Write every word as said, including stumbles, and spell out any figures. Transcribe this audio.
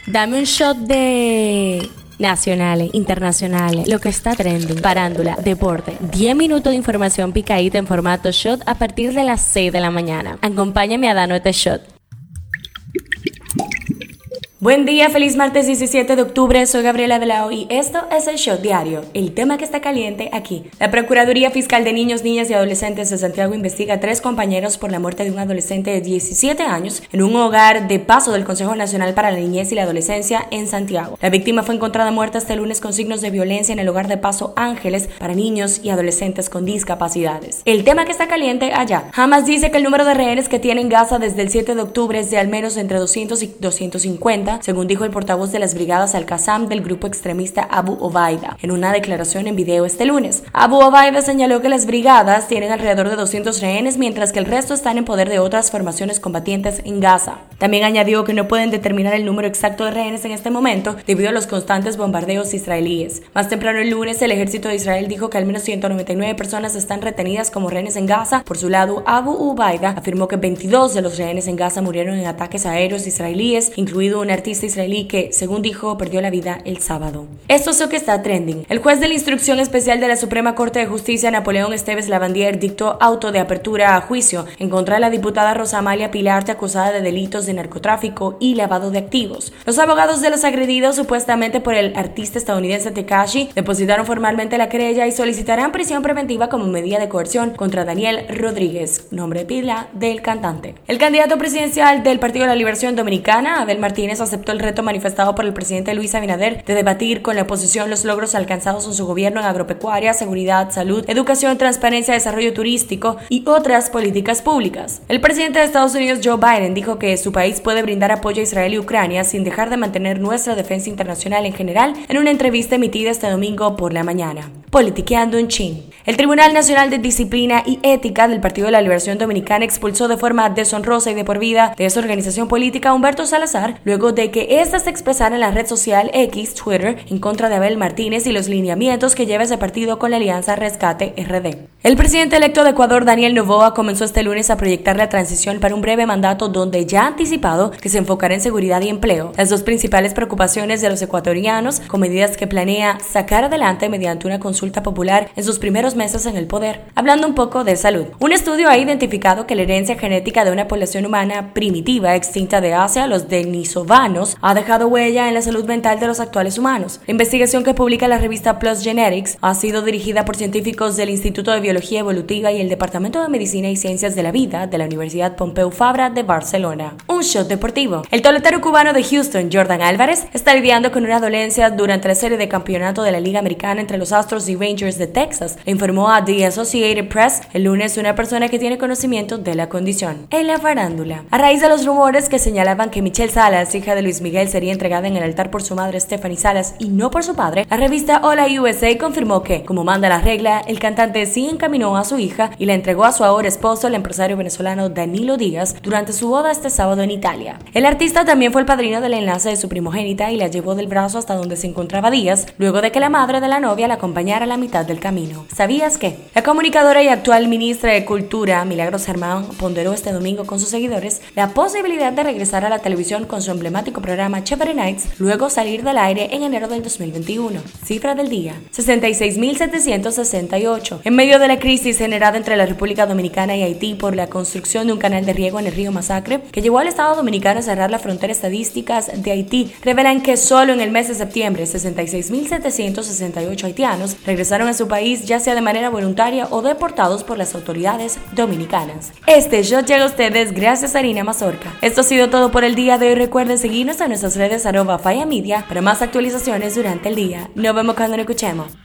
Dame un shot de nacionales, internacionales, lo que está trending, farándula, deporte. diez minutos de información picadita en formato shot a partir de las seis de la mañana. Acompáñame a darnos este shot. Buen día, feliz martes diecisiete de octubre, soy Gabriela de la O y esto es el Shot Diario, el tema que está caliente aquí. La Procuraduría Fiscal de Niños, Niñas y Adolescentes de Santiago investiga a tres compañeros por la muerte de un adolescente de diecisiete años en un hogar de paso del Consejo Nacional para la Niñez y la Adolescencia en Santiago. La víctima fue encontrada muerta este lunes con signos de violencia en el hogar de paso Ángeles para niños y adolescentes con discapacidades. El tema que está caliente allá. Hamas dice que el número de rehenes que tiene en Gaza desde el siete de octubre es de al menos entre doscientos y doscientos cincuenta, según dijo el portavoz de las brigadas Al-Qassam del grupo extremista Abu Obaida en una declaración en video este lunes. Abu Obaida señaló que las brigadas tienen alrededor de doscientos rehenes, mientras que el resto están en poder de otras formaciones combatientes en Gaza. También añadió que no pueden determinar el número exacto de rehenes en este momento debido a los constantes bombardeos israelíes. Más temprano el lunes, el ejército de Israel dijo que al menos ciento noventa y nueve personas están retenidas como rehenes en Gaza. Por su lado, Abu Obaida afirmó que veintidós de los rehenes en Gaza murieron en ataques aéreos israelíes, incluido un artista israelí que, según dijo, perdió la vida el sábado. Esto es lo que está trending. El juez de la Instrucción Especial de la Suprema Corte de Justicia, Napoleón Esteves Lavandier, dictó auto de apertura a juicio en contra de la diputada Rosa Amalia Pilarte, acusada de delitos de narcotráfico y lavado de activos. Los abogados de los agredidos, supuestamente por el artista estadounidense Tekashi, depositaron formalmente la querella y solicitarán prisión preventiva como medida de coerción contra Daniel Rodríguez, nombre de pila del cantante. El candidato presidencial del Partido de la Liberación Dominicana, Abel Martínez, aceptó el reto manifestado por el presidente Luis Abinader de debatir con la oposición los logros alcanzados en su gobierno en agropecuaria, seguridad, salud, educación, transparencia, desarrollo turístico y otras políticas públicas. El presidente de Estados Unidos, Joe Biden, dijo que su país puede brindar apoyo a Israel y Ucrania sin dejar de mantener nuestra defensa internacional en general en una entrevista emitida este domingo por la mañana. Politiqueando un chin. El Tribunal Nacional de Disciplina y Ética del Partido de la Liberación Dominicana expulsó de forma deshonrosa y de por vida de esa organización política a Humberto Salazar luego de que ésta se expresara en la red social X, Twitter, en contra de Abel Martínez y los lineamientos que lleva ese partido con la Alianza Rescate R D. El presidente electo de Ecuador, Daniel Noboa, comenzó este lunes a proyectar la transición para un breve mandato donde ya ha anticipado que se enfocará en seguridad y empleo, las dos principales preocupaciones de los ecuatorianos, con medidas que planea sacar adelante mediante una consulta popular en sus primeros meses en el poder. Hablando un poco de salud, un estudio ha identificado que la herencia genética de una población humana primitiva extinta de Asia, los denisovanos, ha dejado huella en la salud mental de los actuales humanos. La investigación que publica la revista Plus Genetics ha sido dirigida por científicos del Instituto de Biología Evolutiva y el Departamento de Medicina y Ciencias de la Vida de la Universidad Pompeu Fabra de Barcelona. Un shot deportivo. El pelotero cubano de Houston, Jordan Álvarez, está lidiando con una dolencia durante la serie de campeonato de la Liga Americana entre los Astros y Rangers de Texas, le informó a The Associated Press el lunes una persona que tiene conocimiento de la condición. En la farándula, a raíz de los rumores que señalaban que Michelle Salas, hija de Luis Miguel, sería entregada en el altar por su madre Stephanie Salas y no por su padre, la revista Hola U S A confirmó que, como manda la regla, el cantante sí encaminó a su hija y la entregó a su ahora esposo, el empresario venezolano Danilo Díaz, durante su boda este sábado en Italia. El artista también fue el padrino del enlace de su primogénita y la llevó del brazo hasta donde se encontraba Díaz, luego de que la madre de la novia la acompañara a la mitad del camino. ¿Sabías que? La comunicadora y actual ministra de Cultura, Milagros Germán, ponderó este domingo con sus seguidores la posibilidad de regresar a la televisión con su emblemático programa Chévere Nights, luego salir del aire en enero del dos mil veintiuno. Cifra del día: sesenta y seis mil setecientos sesenta y ocho. En medio de la crisis generada entre la República Dominicana y Haití por la construcción de un canal de riego en el río Masacre, que llevó al Estado Dominicano a cerrar la frontera, estadísticas de Haití revelan que solo en el mes de septiembre sesenta y seis mil setecientos sesenta y ocho haitianos regresaron a su país, ya sea de manera voluntaria o deportados por las autoridades dominicanas. Este shot llega a ustedes gracias a Harina Mazorca. Esto ha sido todo por el día de hoy. Recuerden seguirnos en nuestras redes arroba Faya Media para más actualizaciones durante el día. Nos vemos cuando nos escuchemos.